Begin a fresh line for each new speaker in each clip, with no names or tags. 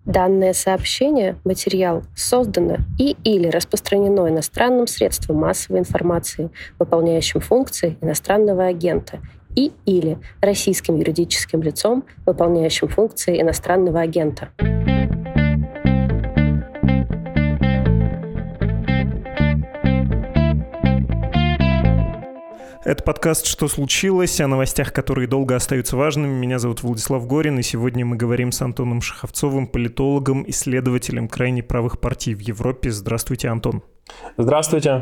Данное сообщение, материал, создано и/или распространено иностранным средством массовой информации, выполняющим функции иностранного агента, и/или российским юридическим лицом, выполняющим функции иностранного агента.
Это подкаст «Что случилось?», о новостях, которые долго остаются важными. Меня зовут Владислав Горин, и сегодня мы говорим с Антоном Шаховцовым, политологом, исследователем крайне правых партий в Европе. Здравствуйте, Антон.
Здравствуйте.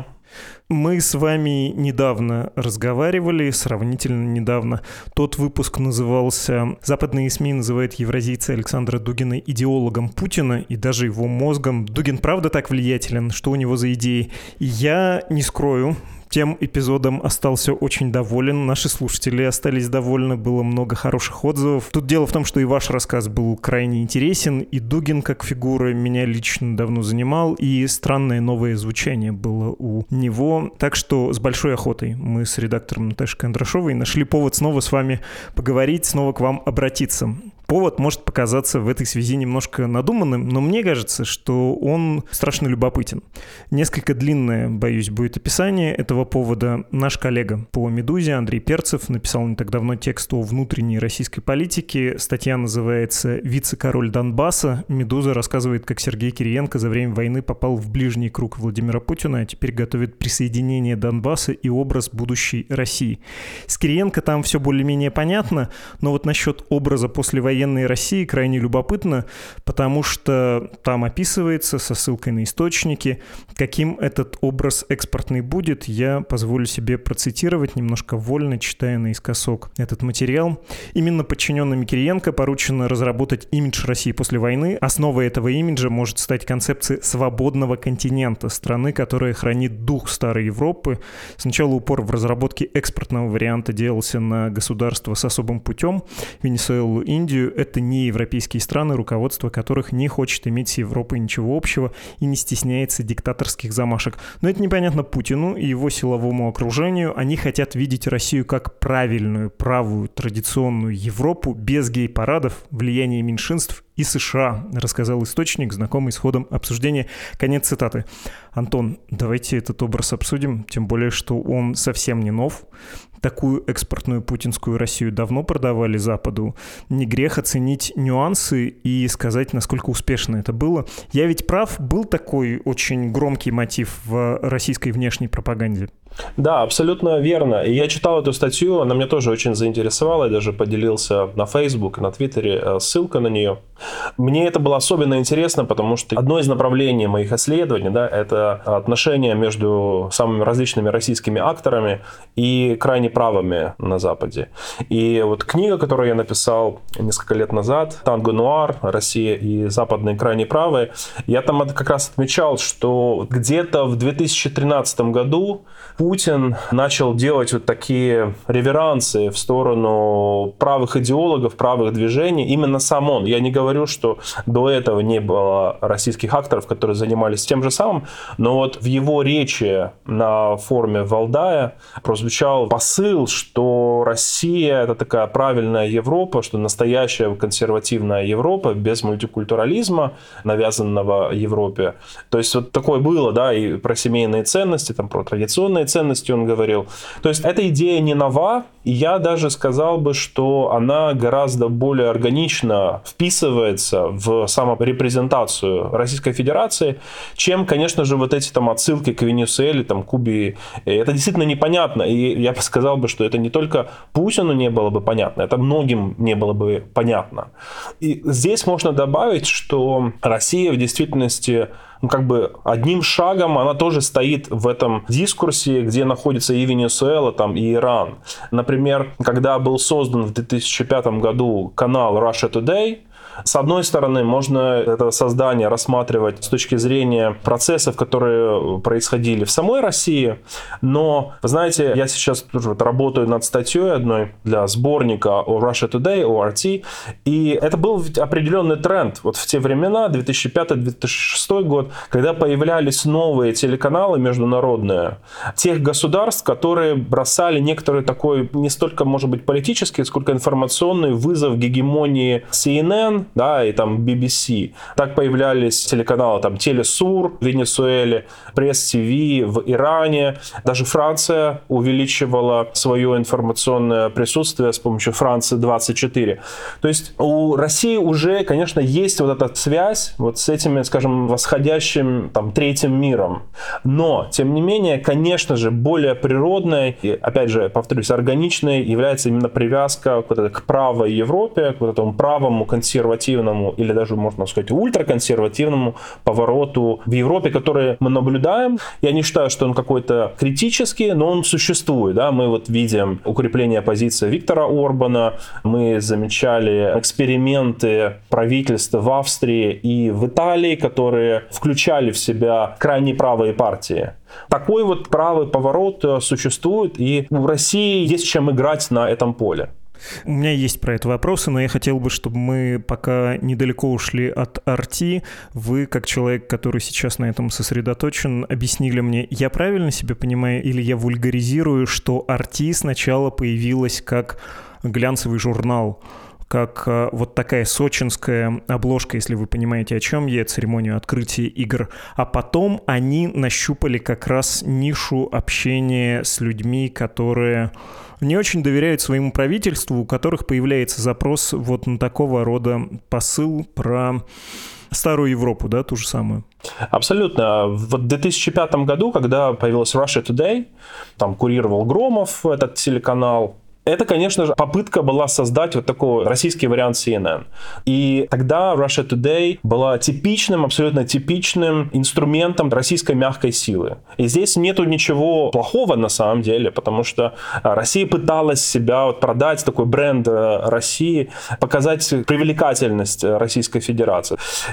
Мы с вами недавно разговаривали, сравнительно недавно. Тот выпуск назывался «Западные СМИ называют евразийца Александра Дугина идеологом Путина и даже его мозгом. Дугин правда так влиятелен? Что у него за идеи?» И я не скрою, тем эпизодом остался очень доволен, наши слушатели остались довольны, было много хороших отзывов. Тут дело в том, что и ваш рассказ был крайне интересен, и Дугин как фигура меня лично давно занимал, и странное новое звучание было у него. Так что с большой охотой мы с редактором Наташей Кондрашовой нашли повод снова с вами поговорить, снова к вам обратиться. Повод может показаться в этой связи немножко надуманным, но мне кажется, что он страшно любопытен. Несколько длинное, боюсь, будет описание этого повода. Наш коллега по «Медузе» Андрей Перцев написал не так давно текст о внутренней российской политике. Статья называется «Вице-король Донбасса». «Медуза» рассказывает, как Сергей Кириенко за время войны попал в ближний круг Владимира Путина, а теперь готовит присоединение Донбасса и образ будущей России. С Кириенко там все более-менее понятно, но вот насчет образа послевоенной России крайне любопытно, потому что там описывается со ссылкой на источники, каким этот образ экспортный будет. Я позволю себе процитировать немножко вольно, читая наискосок этот материал. Именно подчиненными Кириенко поручено разработать имидж России после войны. Основой этого имиджа может стать концепция свободного континента, страны, которая хранит дух старой Европы. Сначала упор в разработке экспортного варианта делался на государства с особым путем, Венесуэлу, Индию. Это не европейские страны, руководство которых не хочет иметь с Европой ничего общего и не стесняется диктаторских замашек. Но это непонятно Путину и его силовому окружению. Они хотят видеть Россию как правильную, правую, традиционную Европу без гей-парадов, влияния меньшинств и США, рассказал источник, знакомый с ходом обсуждения. Конец цитаты. Антон, давайте этот образ обсудим, тем более, что он совсем не нов. Такую экспортную путинскую Россию давно продавали Западу. Не грех оценить нюансы и сказать, насколько успешно это было. Я ведь прав, был такой очень громкий мотив в российской внешней пропаганде?
Да, абсолютно верно. И я читал эту статью, она меня тоже очень заинтересовала, я даже поделился на Facebook, на Твиттере ссылкой на нее. Мне это было особенно интересно, потому что одно из направлений моих исследований, да, это отношения между самыми различными российскими акторами и крайне правыми на Западе. И вот книга, которую я написал несколько лет назад, «Танго Нуар. Россия и западные крайне правые», я там как раз отмечал, что где-то в 2013 году Путин начал делать вот такие реверансы в сторону правых идеологов, правых движений. Именно сам он. Я не говорю, что до этого не было российских акторов, которые занимались тем же самым, но вот в его речи на форуме в Валдае прозвучал посыл, что Россия — это такая правильная Европа, что настоящая консервативная Европа без мультикультурализма, навязанного Европе. То есть вот такое было, да, и про семейные ценности, там, про традиционные ценности он говорил. То есть эта идея не нова, и я даже сказал бы, что она гораздо более органично вписывается в саморепрезентацию Российской Федерации, чем, конечно же, вот эти там отсылки к Венесуэле, там, Кубе. Это действительно непонятно, и я бы сказал, что это не только Путину не было бы понятно, это многим не было бы понятно. И здесь можно добавить, что Россия в действительности как бы одним шагом она тоже стоит в этом дискурсе, где находится и Венесуэла, там, и Иран. Например, когда был создан в 2005 году канал Russia Today, С одной стороны, можно это создание рассматривать с точки зрения процессов, которые происходили в самой России, но, знаете, я сейчас тоже работаю над статьей одной для сборника о Russia Today, ORT, и это был определенный тренд вот в те времена, 2005-2006 год, когда появлялись новые телеканалы международные тех государств, которые бросали некоторый такой, не столько, может быть, политический, сколько информационный вызов гегемонии CNN, да, и там BBC. Так появлялись телеканалы там Телесур в Венесуэле, Пресс-ТВ в Иране. Даже Франция увеличивала свое информационное присутствие с помощью Франции-24. То есть у России уже, конечно, есть вот эта связь вот с этими, скажем, восходящим там третьим миром. Но, тем не менее, конечно же, более природной и, опять же, повторюсь, органичной является именно привязка к правой Европе, к вот этому правому консервативному или даже, можно сказать, ультраконсервативному повороту в Европе, который мы наблюдаем. Я не считаю, что он какой-то критический, но он существует. Да? Мы вот видим укрепление позиции Виктора Орбана, мы замечали эксперименты правительства в Австрии и в Италии, которые включали в себя крайне правые партии. Такой вот правый поворот существует, и у России есть чем играть на этом поле.
У меня есть про это вопросы, но я хотел бы, чтобы мы пока недалеко ушли от RT. Вы, как человек, который сейчас на этом сосредоточен, объяснили мне, я правильно себя понимаю или я вульгаризирую, что RT сначала появилась как глянцевый журнал, как вот такая сочинская обложка, если вы понимаете, о чем я, церемонию открытия игр. А потом они нащупали как раз нишу общения с людьми, которые не очень доверяют своему правительству, у которых появляется запрос вот на такого рода посыл про старую Европу, да, ту же самую.
Абсолютно. В 2005 году, когда появилась Russia Today, там курировал Громов этот телеканал, это, конечно же, попытка была создать вот такой российский вариант CNN. И тогда Russia Today была типичным, абсолютно типичным инструментом российской мягкой силы. И здесь нету ничего плохого на самом деле, потому что Россия пыталась себя вот продать, такой бренд России, показать привлекательность Российской Федерации.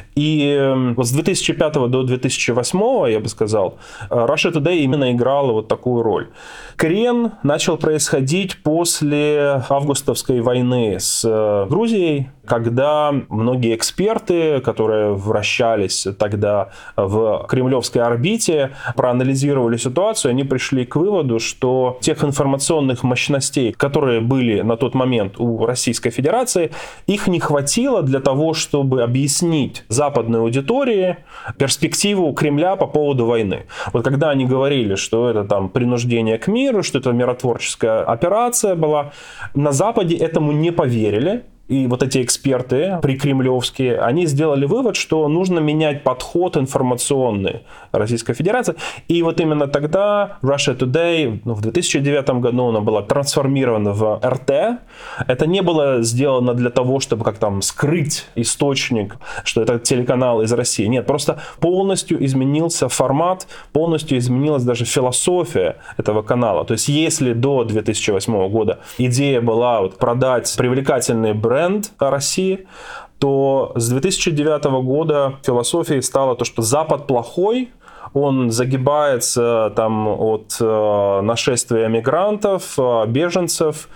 И вот с 2005 до 2008, я бы сказал, Russia Today именно играла вот такую роль. Крен начал происходить после августовской войны с Грузией, когда многие эксперты, которые вращались тогда в кремлевской орбите, проанализировали ситуацию, они пришли к выводу, что тех информационных мощностей, которые были на тот момент у Российской Федерации, их не хватило для того, чтобы объяснить западной аудитории перспективу Кремля по поводу войны. Вот когда они говорили, что это там принуждение к миру, что это миротворческая операция была, на Западе этому не поверили. И вот эти эксперты прикремлевские, они сделали вывод, что нужно менять подход информационный Российской Федерации. И вот именно тогда Russia Today, в 2009 году она была трансформирована в РТ. Это не было сделано для того, чтобы как там скрыть источник, что это телеканал из России. Нет, просто полностью изменился формат, полностью изменилась даже философия этого канала. То есть если до 2008 года идея была вот продать привлекательный бренд России, то с 2009 года философией стало то, что Запад плохой, он загибается там от нашествия мигрантов, беженцев,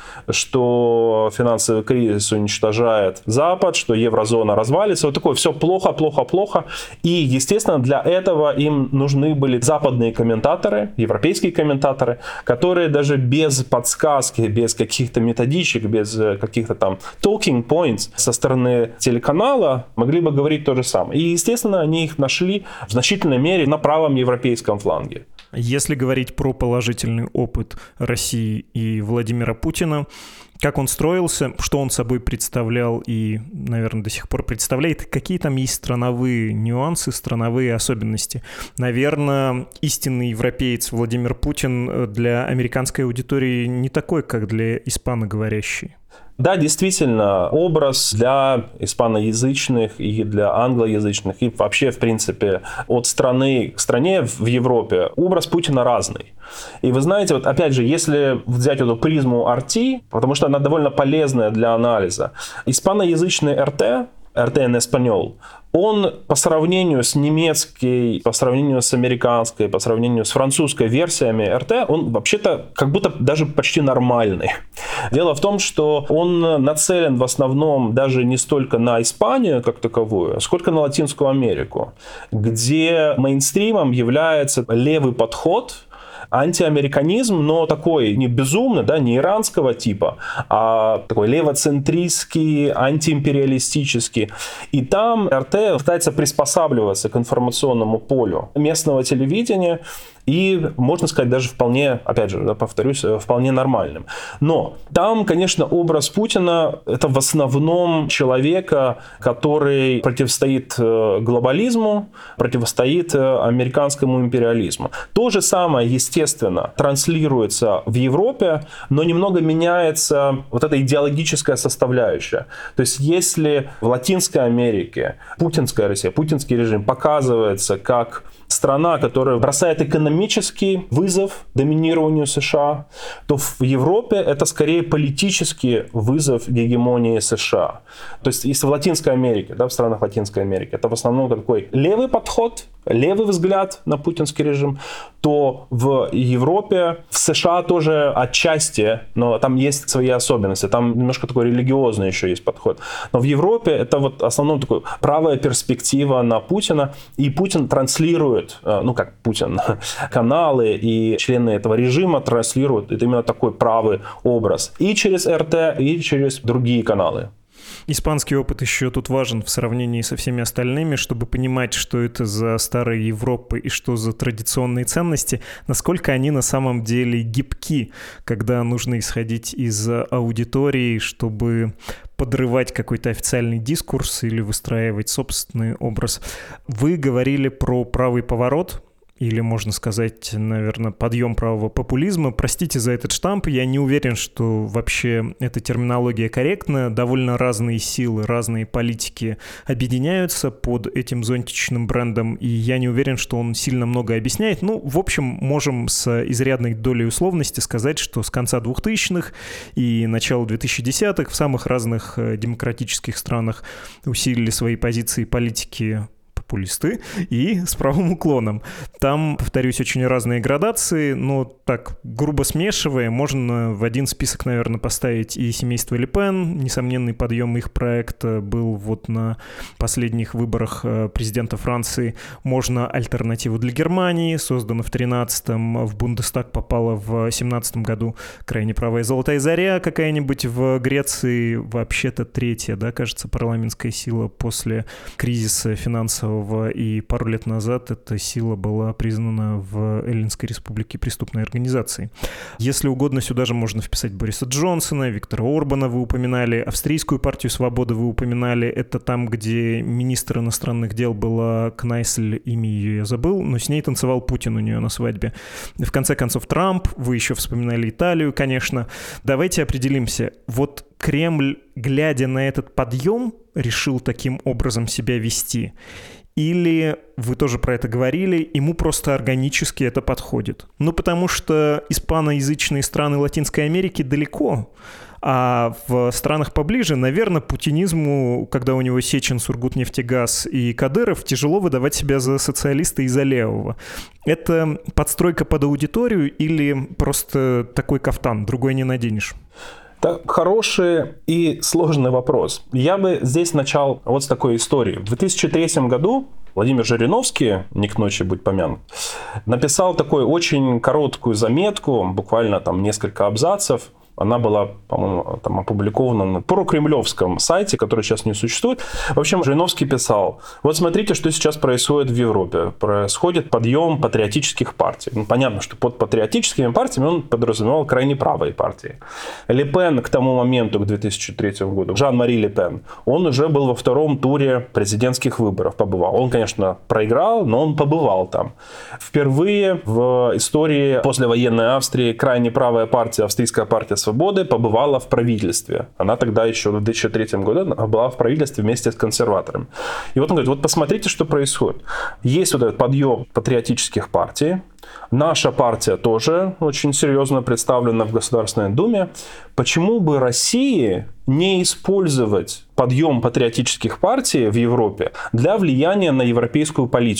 что финансовый кризис уничтожает Запад, что еврозона развалится. Вот такое все плохо, плохо, плохо. И, естественно, для этого им нужны были западные комментаторы, европейские комментаторы, которые даже без подсказки, без каких-то методичек, без каких-то там talking points со стороны телеканала могли бы говорить то же самое. И, естественно, они их нашли в значительной мере на правом европейском фланге.
Если говорить про положительный опыт России и Владимира Путина, как он строился, что он собой представлял и, наверное, до сих пор представляет, какие там есть страновые нюансы, страновые особенности. Наверное, истинный европеец Владимир Путин для американской аудитории не такой, как для испаноговорящей.
Да, действительно, образ для испаноязычных и для англоязычных, и вообще, в принципе, от страны к стране в Европе, образ Путина разный. И вы знаете, вот опять же, если взять эту призму RT, потому что она довольно полезная для анализа, испаноязычный РТ en español, он по сравнению с немецкой, по сравнению с американской, по сравнению с французской версиями РТ, он вообще-то как будто даже почти нормальный. Дело в том, что он нацелен в основном даже не столько на Испанию как таковую, сколько на Латинскую Америку, где мейнстримом является левый подход, антиамериканизм, но такой не безумный, да, не иранского типа, а такой левоцентристский, антиимпериалистический. И там РТ пытается приспосабливаться к информационному полю местного телевидения, и, можно сказать, даже вполне, опять же, повторюсь, вполне нормальным. Но там, конечно, образ Путина – это в основном человека, который противостоит глобализму, противостоит американскому империализму. То же самое, естественно, транслируется в Европе, но немного меняется вот эта идеологическая составляющая. То есть, если в Латинской Америке путинская Россия, путинский режим показывается как страна, которая бросает экономический вызов доминированию США, то в Европе это скорее политический вызов гегемонии США. То есть, если в Латинской Америке, да, в странах Латинской Америки, это в основном такой левый подход, левый взгляд на путинский режим, то в Европе, в США тоже отчасти, но там есть свои особенности, там немножко такой религиозный еще есть подход. Но в Европе это вот в основном такой правая перспектива на Путина, и Путин транслирует, ну как Путин, каналы и члены этого режима транслируют это именно такой правый образ и через РТ, и через другие каналы.
Испанский опыт еще тут важен в сравнении со всеми остальными, чтобы понимать, что это за старая Европа и что за традиционные ценности, насколько они на самом деле гибки, когда нужно исходить из аудитории, чтобы подрывать какой-то официальный дискурс или выстраивать собственный образ. Вы говорили про правый поворот, или, можно сказать, наверное, подъем правого популизма. Простите за этот штамп, я не уверен, что вообще эта терминология корректна. Довольно разные силы, разные политики объединяются под этим зонтичным брендом, и я не уверен, что он сильно много объясняет. Ну, в общем, можем с изрядной долей условности сказать, что с конца 2000-х и начала 2010-х в самых разных демократических странах усилили свои позиции политики популисты и с правым уклоном. Там, повторюсь, очень разные градации, но так, грубо смешивая, можно в один список, наверное, поставить и семейство Ле Пен. Несомненный подъем их проекта был вот на последних выборах президента Франции. Можно альтернативу для Германии, создана в 13-м, в Бундестаг попала в 17-м году крайне правая «Золотая заря» какая-нибудь в Греции, вообще-то третья, да, кажется, парламентская сила после кризиса финансового, и пару лет назад эта сила была признана в Эллинской республике преступной организацией. Если угодно, сюда же можно вписать Бориса Джонсона, Виктора Орбана вы упоминали, Австрийскую партию свободы вы упоминали. Это там, где министр иностранных дел была Кнайсель, имя ее я забыл, но с ней танцевал Путин у нее на свадьбе. В конце концов, Трамп, вы еще вспоминали Италию, конечно. Давайте определимся. Вот Кремль, глядя на этот подъем, решил таким образом себя вести? Или, вы тоже про это говорили, ему просто органически это подходит? Ну, потому что испаноязычные страны Латинской Америки далеко, а в странах поближе, наверное, путинизму, когда у него Сечин, Сургутнефтегаз и Кадыров, тяжело выдавать себя за социалиста и за левого. Это подстройка под аудиторию или просто такой кафтан, другой не наденешь?
Это хороший и сложный вопрос. Я бы здесь начал вот с такой истории. В 2003 году Владимир Жириновский, не к ночи будь помянут, написал такую очень короткую заметку, буквально там несколько абзацев. Она была, по-моему, там опубликована на прокремлевском сайте, который сейчас не существует. В общем, Жириновский писал: вот смотрите, что сейчас происходит в Европе. Происходит подъем патриотических партий. Ну, понятно, что под патриотическими партиями он подразумевал крайне правые партии. Ле Пен к тому моменту, к 2003 году, Жан-Мари Ле Пен, он уже был во втором туре президентских выборов, побывал. Он, конечно, проиграл, но он побывал там. Впервые в истории послевоенной Австрии крайне правая партия, Австрийская партия свободы, побывала в правительстве. Она тогда еще в 2003 году была в правительстве вместе с консерваторами. И вот он говорит, вот посмотрите, что происходит. Есть вот этот подъем патриотических партий. Наша партия тоже очень серьезно представлена в Государственной Думе. Почему бы России не использовать подъем патриотических партий в Европе для влияния на европейскую политику?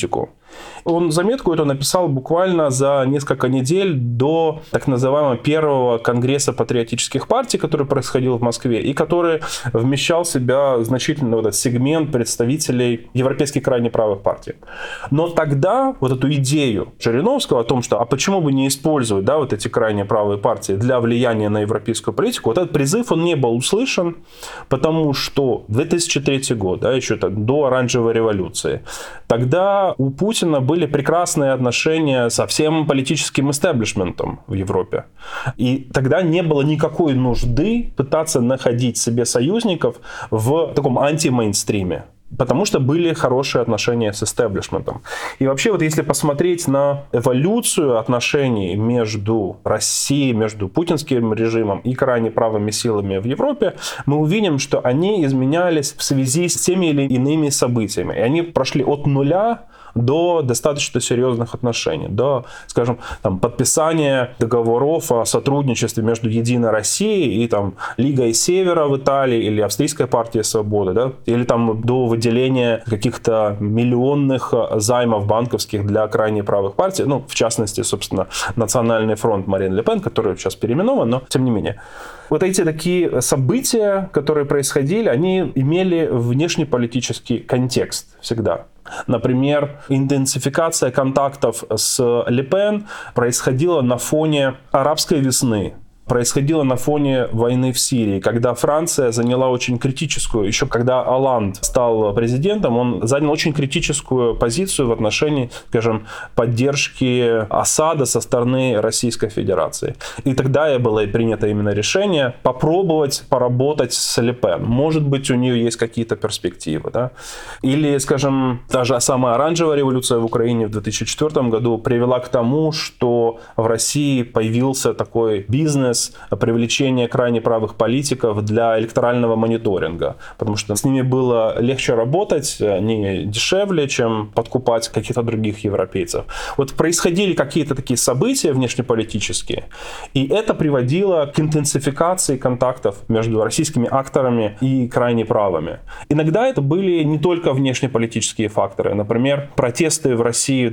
Он заметку эту написал буквально за несколько недель до так называемого первого конгресса патриотических партий, который происходил в Москве, и который вмещал в себя значительный вот этот сегмент представителей европейских крайне правых партий. Но тогда вот эту идею Жириновского о том, что а почему бы не использовать, да, вот эти крайне правые партии для влияния на европейскую политику, вот этот призыв, он не был услышан, потому что 2003 год, да, еще до оранжевой революции, тогда у Путина были прекрасные отношения со всем политическим истеблишментом в Европе. И тогда не было никакой нужды пытаться находить себе союзников в таком антимейнстриме. Потому что были хорошие отношения с истеблишментом. И вообще, вот если посмотреть на эволюцию отношений между Россией, между путинским режимом и крайне правыми силами в Европе, мы увидим, что они изменялись в связи с теми или иными событиями. И они прошли от нуля до достаточно серьезных отношений, до, скажем, там, подписания договоров о сотрудничестве между Единой Россией и там, Лигой Севера в Италии или Австрийской партией Свободы, да, или там, до выделения каких-то миллионных займов банковских для крайне правых партий, ну, в частности, собственно, Национальный фронт Марин Ле Пен, который сейчас переименован, но тем не менее. Вот эти такие события, которые происходили, они имели внешнеполитический контекст всегда. Например, интенсификация контактов с Ле Пен происходила на фоне арабской весны, происходило на фоне войны в Сирии, когда Франция заняла очень критическую, еще когда Олланд стал президентом, он занял очень критическую позицию в отношении, скажем, поддержки Асада со стороны Российской Федерации. И тогда и было принято именно решение попробовать поработать с Ле Пен. Может быть, у нее есть какие-то перспективы. Да? Или, скажем, та же самая оранжевая революция в Украине в 2004 году привела к тому, что в России появился такой бизнес, привлечение крайне правых политиков для электорального мониторинга, потому что с ними было легче работать, они дешевле, чем подкупать каких-то других европейцев. Вот происходили какие-то такие события внешнеполитические, и это приводило к интенсификации контактов между российскими акторами и крайне правыми. Иногда это были не только внешнеполитические факторы, например, протесты в России в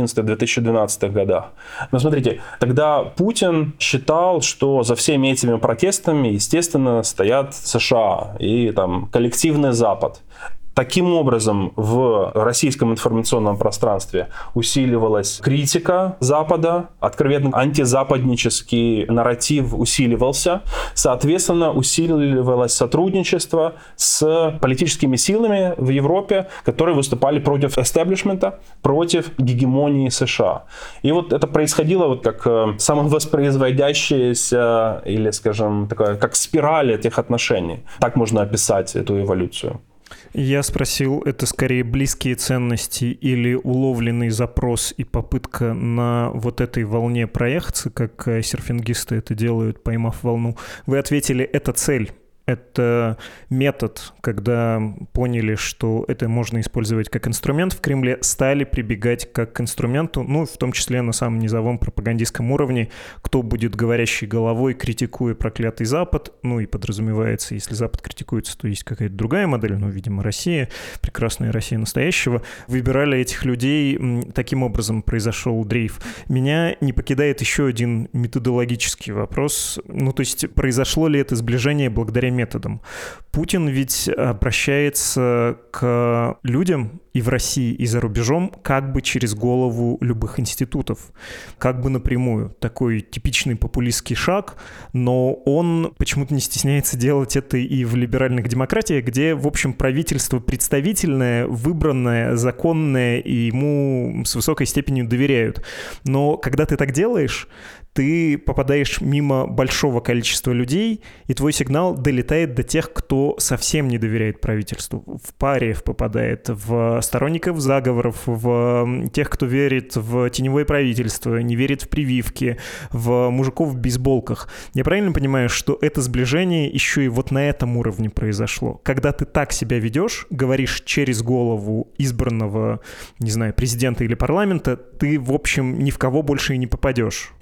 2011-2012 годах. Но смотрите, тогда Путин считал, что за всеми этими протестами, естественно, стоят США и там коллективный Запад. Таким образом, в российском информационном пространстве усиливалась критика Запада, откровенно антизападнический нарратив усиливался, соответственно, усиливалось сотрудничество с политическими силами в Европе, которые выступали против эстеблишмента, против гегемонии США. И вот это происходило вот как самовоспроизводящееся или, скажем, такое, как спираль этих отношений. Так можно описать эту эволюцию.
Я спросил, это скорее близкие ценности или уловленный запрос и попытка на вот этой волне проехаться, как серфингисты это делают, поймав волну. Вы ответили, это цель. Это метод, когда поняли, что это можно использовать как инструмент в Кремле, стали прибегать как к инструменту, ну, в том числе на самом низовом пропагандистском уровне, кто будет говорящей головой, критикуя проклятый Запад, ну, и подразумевается, если Запад критикуется, то есть какая-то другая модель, ну, видимо, Россия, прекрасная Россия настоящего, выбирали этих людей, таким образом произошел дрейф. Меня не покидает еще один методологический вопрос, ну, то есть произошло ли это сближение благодаря методом. Путин ведь обращается к людям и в России, и за рубежом как бы через голову любых институтов, как бы напрямую. Такой типичный популистский шаг, но он почему-то не стесняется делать это и в либеральных демократиях, где, в общем, правительство представительное, выбранное, законное, и ему с высокой степенью доверяют. Но когда ты так делаешь, ты попадаешь мимо большого количества людей, и твой сигнал долетает до тех, кто совсем не доверяет правительству. В париев попадает, в сторонников заговоров, в тех, кто верит в теневое правительство, не верит в прививки, в мужиков в бейсболках. Я правильно понимаю, что это сближение еще и вот на этом уровне произошло? Когда ты так себя ведешь, говоришь через голову избранного, не знаю, президента или парламента, ты, в общем, ни в кого больше и не попадешь.
Ну,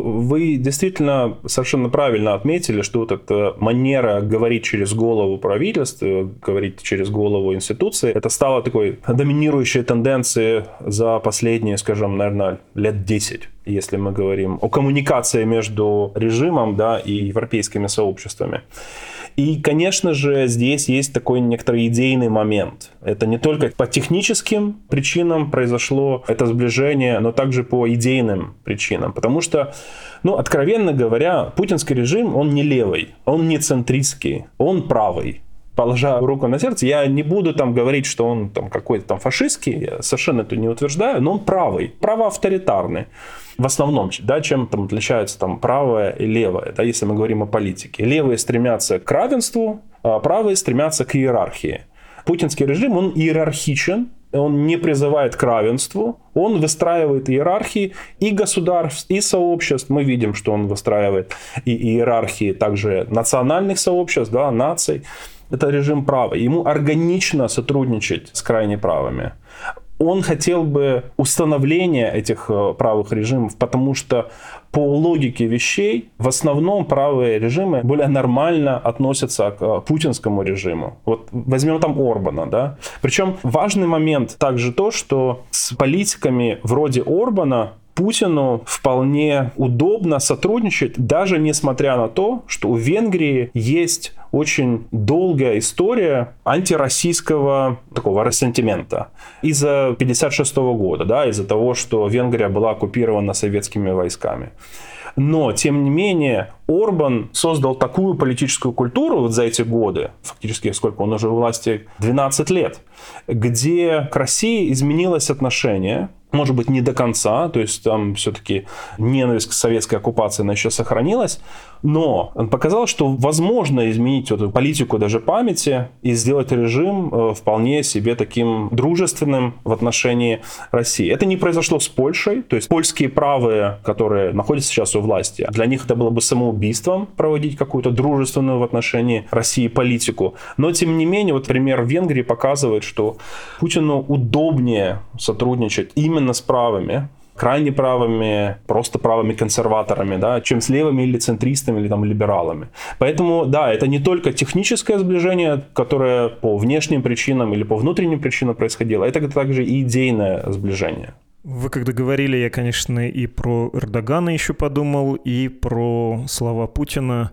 вы действительно совершенно правильно отметили, что вот эта манера говорить через голову правительства, говорить через голову институции, это стало такой доминирующей тенденцией за последние, скажем, наверное, лет 10, если мы говорим о коммуникации между режимом, да, и европейскими сообществами. И, конечно же, здесь есть такой некоторый идейный момент. Это не только по техническим причинам произошло это сближение, но также по идейным причинам. Потому что, откровенно говоря, путинский режим, он не левый, он не центристский, он правый. Положа руку на сердце, я не буду там говорить, что он там какой-то там фашистский, я совершенно это не утверждаю, но он правый, правоавторитарный. В основном, да, чем там отличается там правое и левое, да, если мы говорим о политике. Левые стремятся к равенству, а правые стремятся к иерархии. Путинский режим, он иерархичен, он не призывает к равенству, он выстраивает иерархии и государств, и сообществ. Мы видим, что он выстраивает и иерархии также национальных сообществ, да, наций. Это режим правый. Ему органично сотрудничать с крайне правыми. Он хотел бы установления этих правых режимов, потому что по логике вещей в основном правые режимы более нормально относятся к путинскому режиму. Вот возьмем там Орбана, да. Причем важный момент также то, что с политиками вроде Орбана Путину вполне удобно сотрудничать, даже несмотря на то, что у Венгрии есть очень долгая история антироссийского такого ресентимента из-за 1956 года, да, из-за того, что Венгрия была оккупирована советскими войсками. Но, тем не менее, Орбан создал такую политическую культуру вот за эти годы, фактически сколько он уже у власти, 12 лет, где к России изменилось отношение, может быть, не до конца, то есть там все-таки ненависть к советской оккупации, она еще сохранилась, но он показал, что возможно изменить эту политику даже памяти и сделать режим вполне себе таким дружественным в отношении России. Это не произошло с Польшей, то есть польские правые, которые находятся сейчас у власти, для них это было бы самоубийством проводить какую-то дружественную в отношении России политику. Но, тем не менее, вот пример Венгрии показывает, что Путину удобнее сотрудничать именно с правыми, крайне правыми, просто правыми консерваторами, да, чем с левыми или центристами, или там либералами. Поэтому, да, это не только техническое сближение, которое по внешним причинам или по внутренним причинам происходило, это также и идейное сближение.
Вы когда говорили, я, конечно, и про Эрдогана еще подумал, и про слова Путина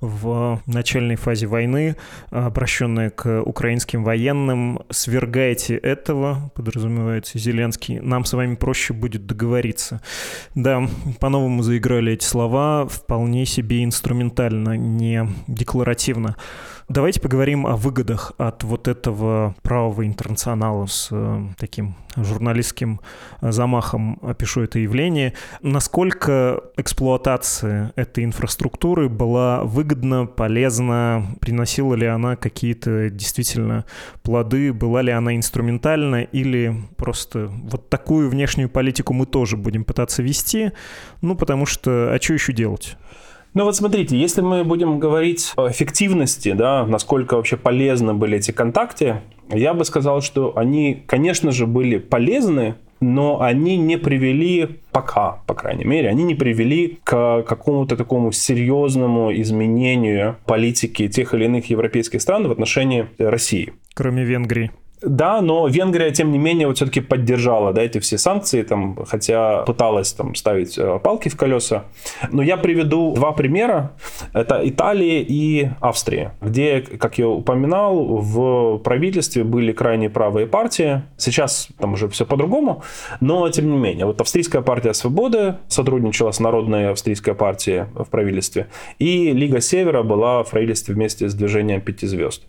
в начальной фазе войны, обращенные к украинским военным. Свергайте этого, подразумевается Зеленский, нам с вами проще будет договориться. Да, по-новому заиграли эти слова, вполне себе инструментально, не декларативно. Давайте поговорим о выгодах от вот этого правого интернационала с таким журналистским замахом, опишу это явление. Насколько эксплуатация этой инфраструктуры была выгодна, полезна, приносила ли она какие-то действительно плоды, была ли она инструментальна, или просто вот такую внешнюю политику мы тоже будем пытаться вести, потому что, а что еще делать?
Ну вот смотрите, если мы будем говорить о эффективности, да, насколько вообще полезны были эти контакты, я бы сказал, что они, конечно же, были полезны, но они не привели, пока, по крайней мере, они не привели к какому-то такому серьезному изменению политики тех или иных европейских стран в отношении России.
Кроме Венгрии.
Да, но Венгрия, тем не менее, вот все-таки поддержала, да, эти все санкции, там, хотя пыталась там ставить палки в колеса. Но я приведу два примера. Это Италия и Австрия, где, как я упоминал, в правительстве были крайне правые партии. Сейчас там уже все по-другому, но тем не менее. Вот Австрийская партия свободы сотрудничала с Народной австрийской партией в правительстве, и Лига Севера была в правительстве вместе с движением 5 звезд.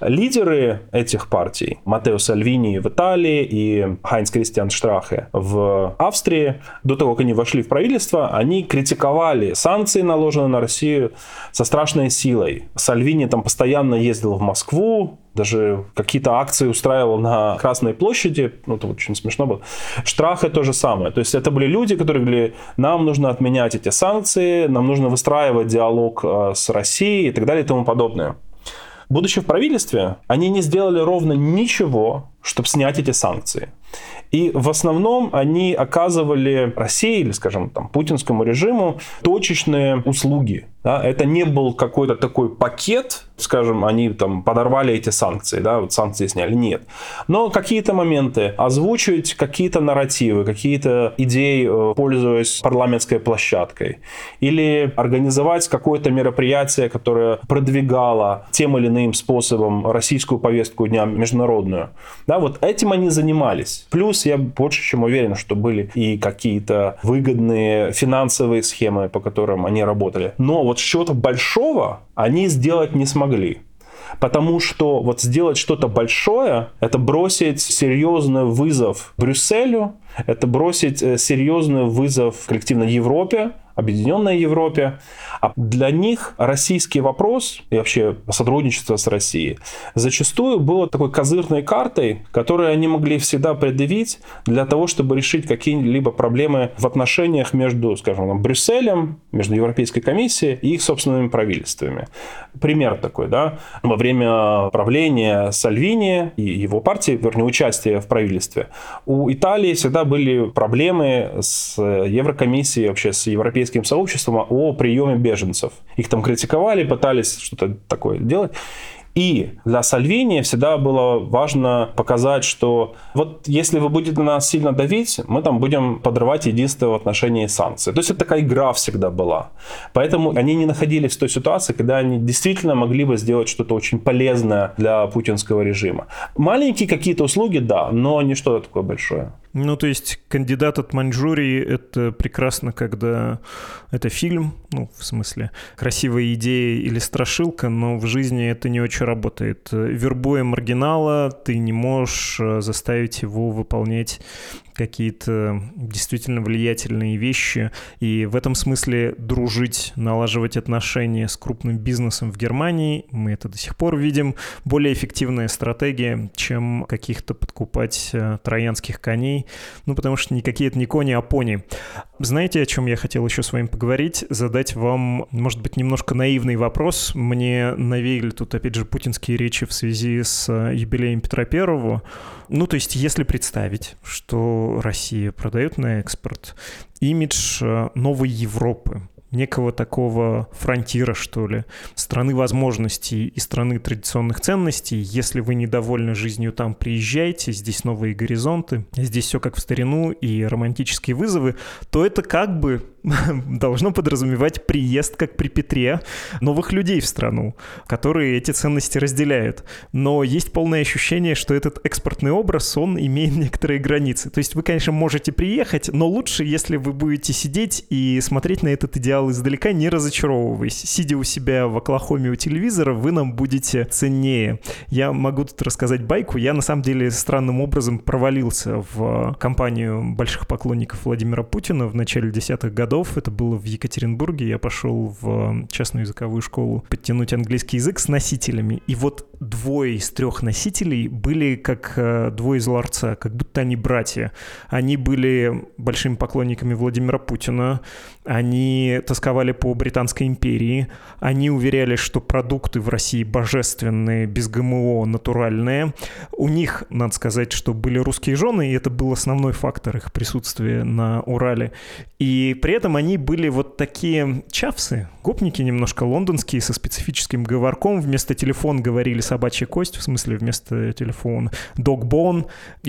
Лидеры этих партий, Маттео Сальвини в Италии и Хайнц Кристиан Штрахе в Австрии, до того, как они вошли в правительство, они критиковали санкции, наложенные на Россию, со страшной силой. Сальвини там постоянно ездил в Москву, даже какие-то акции устраивал на Красной площади, это очень смешно было. Штрахе то же самое. То есть это были люди, которые говорили, нам нужно отменять эти санкции, нам нужно выстраивать диалог с Россией и так далее и тому подобное. Будучи в правительстве, они не сделали ровно ничего, чтобы снять эти санкции. И в основном они оказывали России или, скажем, там, путинскому режиму точечные услуги. Да? Это не был какой-то такой пакет, скажем, они там подорвали эти санкции, да, вот санкции сняли. Нет. Но какие-то моменты, озвучивать какие-то нарративы, какие-то идеи, пользуясь парламентской площадкой. Или организовать какое-то мероприятие, которое продвигало тем или иным способом российскую повестку дня международную. Да, вот этим они занимались. Плюс я больше чем уверен, что были и какие-то выгодные финансовые схемы, по которым они работали. Но вот чего-то большого они сделать не смогли. Потому что вот сделать что-то большое, это бросить серьезный вызов Брюсселю, это бросить серьезный вызов коллективной Европе, Объединенной Европе. А для них российский вопрос и вообще сотрудничество с Россией зачастую было такой козырной картой, которую они могли всегда предъявить для того, чтобы решить какие-либо проблемы в отношениях между, скажем, Брюсселем, между Европейской комиссией и их собственными правительствами. Пример такой, да, во время правления Сальвини и его партии, вернее, участия в правительстве, у Италии всегда были проблемы с Еврокомиссией, вообще с европейским сообществом о приеме беженцев. Их там критиковали, пытались что-то такое делать. И для Сальвини всегда было важно показать, что вот если вы будете на нас сильно давить, мы там будем подрывать единство в отношении санкций. То есть это такая игра всегда была. Поэтому они не находились в той ситуации, когда они действительно могли бы сделать что-то очень полезное для путинского режима. Маленькие какие-то услуги, да, но не что-то такое большое.
Ну, то есть «Кандидат от Маньчжурии» — это прекрасно, когда это фильм, ну, в смысле, красивая идея или страшилка, но в жизни это не очень работает. Вербуя маргинала, ты не можешь заставить его выполнять какие-то действительно влиятельные вещи. И в этом смысле дружить, налаживать отношения с крупным бизнесом в Германии, мы это до сих пор видим, более эффективная стратегия, чем каких-то подкупать троянских коней. Ну, потому что никакие это не кони, а пони. Знаете, о чем я хотел еще с вами поговорить? Задать вам, может быть, немножко наивный вопрос. Мне навеяли тут, опять же, путинские речи в связи с юбилеем Петра Первого. Ну, то есть, если представить, что Россия продает на экспорт имидж новой Европы, некого такого фронтира, что ли, страны возможностей и страны традиционных ценностей. Если вы недовольны жизнью там, приезжайте, здесь новые горизонты, здесь все как в старину и романтические вызовы, то это как бы должно подразумевать приезд, как при Петре, новых людей в страну, которые эти ценности разделяют. Но есть полное ощущение, что этот экспортный образ, он имеет некоторые границы. То есть вы, конечно, можете приехать, но лучше, если вы будете сидеть и смотреть на этот идеал издалека, не разочаровываясь. Сидя у себя в Оклахоме у телевизора, вы нам будете ценнее. Я могу тут рассказать байку. Я, на самом деле, странным образом провалился в компанию больших поклонников Владимира Путина в начале 10-х годов. Это было в Екатеринбурге. Я пошел в частную языковую школу подтянуть английский язык с носителями. И вот 2 из 3 носителей были как 2 из ларца, как будто они братья. Они были большими поклонниками Владимира Путина. Они тосковали по Британской империи. Они уверяли, что продукты в России божественные, без ГМО, натуральные. У них, надо сказать, что были русские жены, и это был основной фактор их присутствия на Урале. И при этом они были вот такие чавсы, гопники немножко лондонские, со специфическим говорком. Вместо телефона говорили собачья кость, в смысле вместо телефона dog-bone.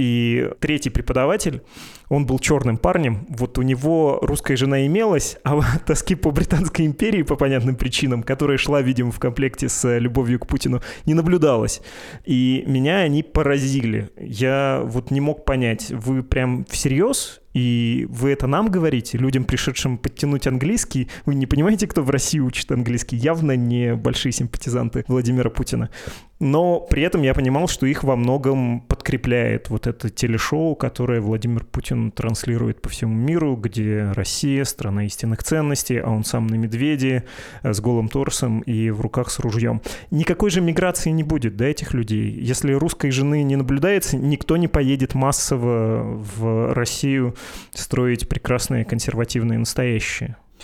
И 3-й преподаватель, он был черным парнем. Вот у него русская жена имелась, а тоски по Британской империи по понятным причинам, которая шла, видимо, в комплекте с любовью к Путину, не наблюдалось. И меня они поразили. Я вот не мог понять, вы прям всерьез? И вы это нам говорите, людям, пришедшим подтянуть английский? Вы не понимаете, кто в России учит английский? Явно не большие симпатизанты Владимира Путина. Но при этом я понимал, что их во многом подкрепляет вот это телешоу, которое Владимир Путин транслирует по всему миру, где Россия — страна истинных ценностей, а он сам на медведе, с голым торсом и в руках с ружьем. Никакой же миграции не будет, да, этих людей. Если русской жены не наблюдается, никто не поедет массово в Россию строить прекрасные консервативные настоящие.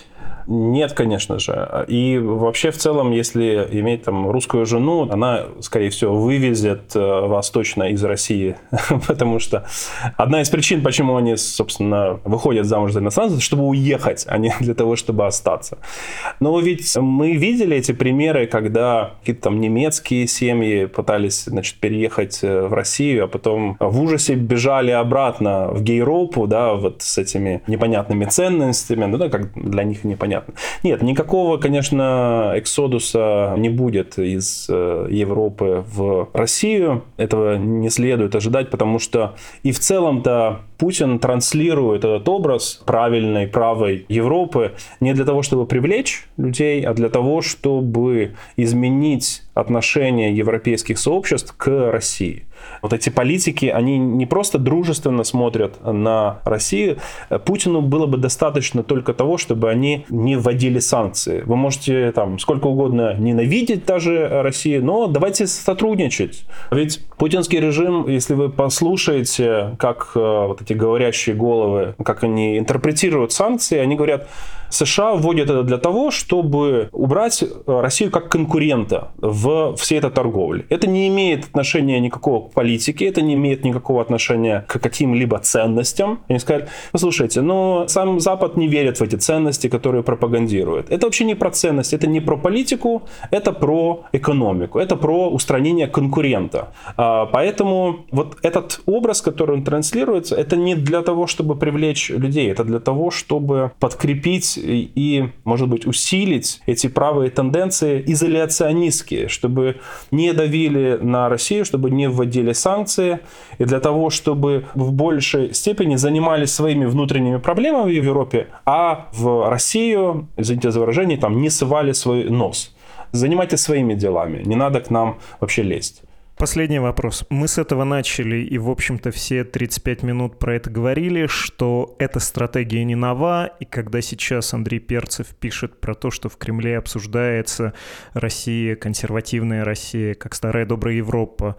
Нет, конечно же. И вообще в целом, если иметь там русскую жену, она, скорее всего, вывезет вас точно из России. Потому что одна из причин, почему они, собственно, выходят замуж за иностранцев, чтобы уехать, а не для того, чтобы остаться. Но ведь мы видели эти примеры, когда какие-то там немецкие семьи пытались, значит, переехать в Россию, а потом в ужасе бежали обратно в Гейропу, да, вот с этими непонятными ценностями, ну да, как для них непонятно. Нет, никакого, конечно, эксодуса не будет из Европы в Россию. Этого не следует ожидать, потому что и в целом-то Путин транслирует этот образ правильной, правой Европы не для того, чтобы привлечь людей, а для того, чтобы изменить отношение европейских сообществ к России. Вот эти политики, они не просто дружественно смотрят на Россию. Путину было бы достаточно только того, чтобы они не вводили санкции. Вы можете там сколько угодно ненавидеть даже Россию, но давайте сотрудничать. Ведь путинский режим, если вы послушаете, как вот эти говорящие головы, как они интерпретируют санкции, они говорят, США вводят это для того, чтобы убрать Россию как конкурента в всей этой торговле. Это не имеет отношения никакого к политике, это не имеет никакого отношения к каким-либо ценностям. Они сказали, послушайте, но сам Запад не верит в эти ценности, которые пропагандирует. Это вообще не про ценности, это не про политику, это про экономику, это про устранение конкурента. Поэтому вот этот образ, который он транслируется, это не для того, чтобы привлечь людей, это для того, чтобы подкрепить и, может быть, усилить эти правые тенденции изоляционистские, чтобы не давили на Россию, чтобы не вводили санкции, и для того, чтобы в большей степени занимались своими внутренними проблемами в Европе, а в Россию, извините за выражение, там не совали свой нос. Занимайтесь своими делами, не надо к нам вообще лезть.
Последний вопрос. Мы с этого начали, и, в общем-то, все 35 минут про это говорили, что эта стратегия не нова, и когда сейчас Андрей Перцев пишет про то, что в Кремле обсуждается Россия, консервативная Россия, как старая добрая Европа,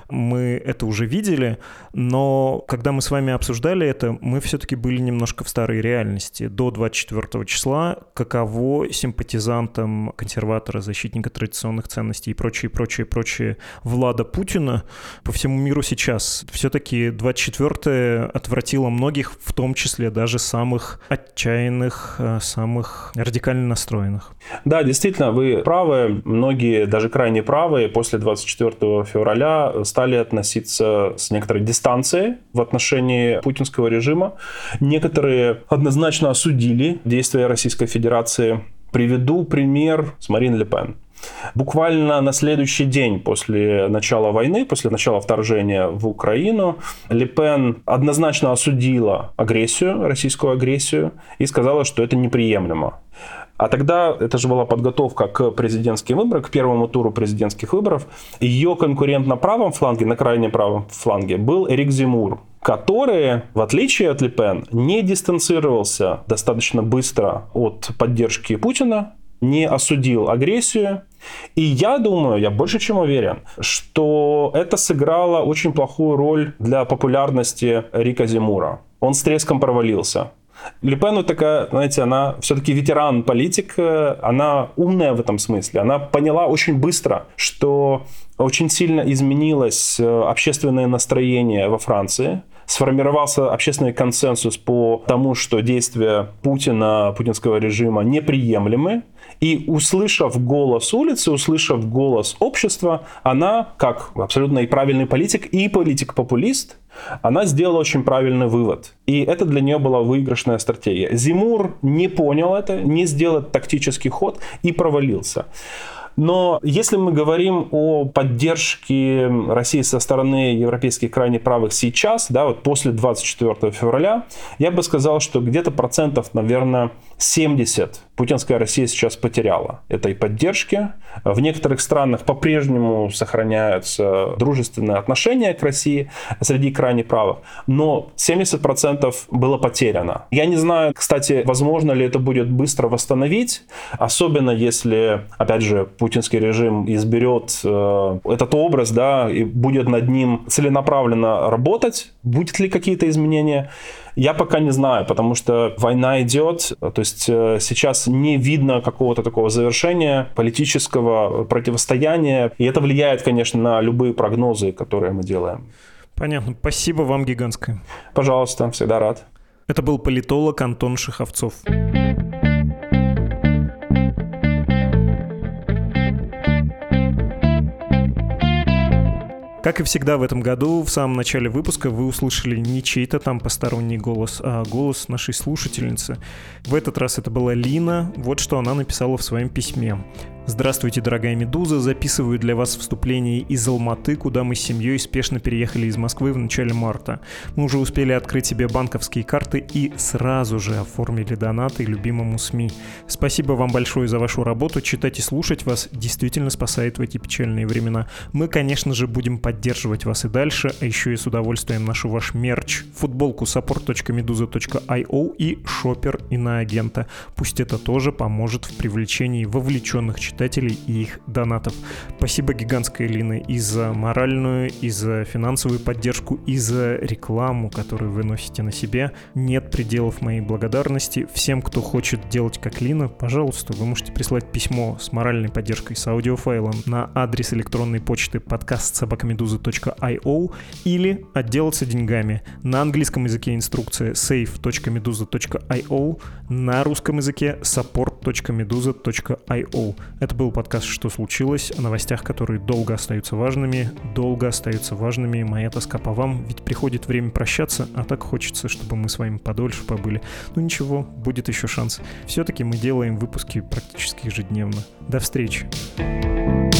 мы это уже видели, но когда мы с вами обсуждали это, мы все-таки были немножко в старой реальности. До 24 числа каково симпатизантам консерватора, защитника традиционных ценностей и прочее Влада Путина по всему миру сейчас. Все-таки 24-е отвратило многих, в том числе даже самых отчаянных, самых радикально настроенных.
Да, действительно, вы правы. Многие, даже крайне правые, после 24 февраля стали относиться с некоторой дистанцией в отношении путинского режима. Некоторые однозначно осудили действия Российской Федерации. Приведу пример с Марин Ле Пен. Буквально на следующий день после начала войны, после начала вторжения в Украину, Ле Пен однозначно осудила агрессию, российскую агрессию, и сказала, что это неприемлемо. А тогда, это же была подготовка к президентским выборам, к первому туру президентских выборов. Ее конкурент на правом фланге, на крайне правом фланге, был Эрик Земмур, который, в отличие от Ле Пен, не дистанцировался достаточно быстро от поддержки Путина, не осудил агрессию. И я думаю, я больше чем уверен, что это сыграло очень плохую роль для популярности Эрика Земмура. Он с треском провалился. Ле Пен такая, знаете, она все-таки ветеран-политик, она умная в этом смысле. Она поняла очень быстро, что очень сильно изменилось общественное настроение во Франции. Сформировался общественный консенсус по тому, что действия Путина, путинского режима неприемлемы. И услышав голос улицы, услышав голос общества, она, как абсолютно и правильный политик, и политик-популист, она сделала очень правильный вывод. И это для нее была выигрышная стратегия. Земмур не понял это, не сделал тактический ход и провалился. Но если мы говорим о поддержке России со стороны европейских крайне правых сейчас, да, вот после 24 февраля, я бы сказал, что где-то процентов, наверное, 70 путинская Россия сейчас потеряла этой поддержки. В некоторых странах по-прежнему сохраняются дружественные отношения к России среди крайне правых, но 70% было потеряно. Я не знаю, кстати, возможно ли это будет быстро восстановить, особенно если, опять же, путинский режим изберет этот образ, да, и будет над ним целенаправленно работать, будет ли какие-то изменения. Я пока не знаю, потому что война идет, то есть сейчас не видно какого-то такого завершения политического противостояния, и это влияет, конечно, на любые прогнозы, которые мы делаем.
Понятно. Спасибо вам гигантское.
Пожалуйста, всегда рад.
Это был политолог Антон Шиховцов. Как и всегда в этом году, в самом начале выпуска вы услышали не чей-то там посторонний голос, а голос нашей слушательницы. В этот раз это была Лина. Вот что она написала в своем письме. «Здравствуйте, дорогая «Медуза». Записываю для вас вступление из Алматы, куда мы с семьей спешно переехали из Москвы в начале марта. Мы уже успели открыть себе банковские карты и сразу же оформили донаты любимому СМИ. Спасибо вам большое за вашу работу. Читать и слушать вас действительно спасает в эти печальные времена. Мы, конечно же, будем поддерживать вас и дальше, а еще и с удовольствием ношу ваш мерч, футболку support.meduza.io и шопер иноагента. Пусть это тоже поможет в привлечении вовлеченных читателей и их донатов. Спасибо гигантское, Лина, и за моральную, и за финансовую поддержку, и за рекламу, которую вы носите на себе. Нет пределов моей благодарности. Всем, кто хочет делать как Лина, пожалуйста, вы можете прислать письмо с моральной поддержкой, с аудиофайлом на адрес электронной почты podcast@meduza.io или отделаться деньгами. На английском языке инструкция save.meduza.io, на русском языке support.meduza.io. Это был подкаст «Что случилось?», о новостях, которые долго остаются важными моя тоска по вам, ведь приходит время прощаться, а так хочется, чтобы мы с вами подольше побыли. Ну ничего, будет еще шанс. Все-таки мы делаем выпуски практически ежедневно. До встречи.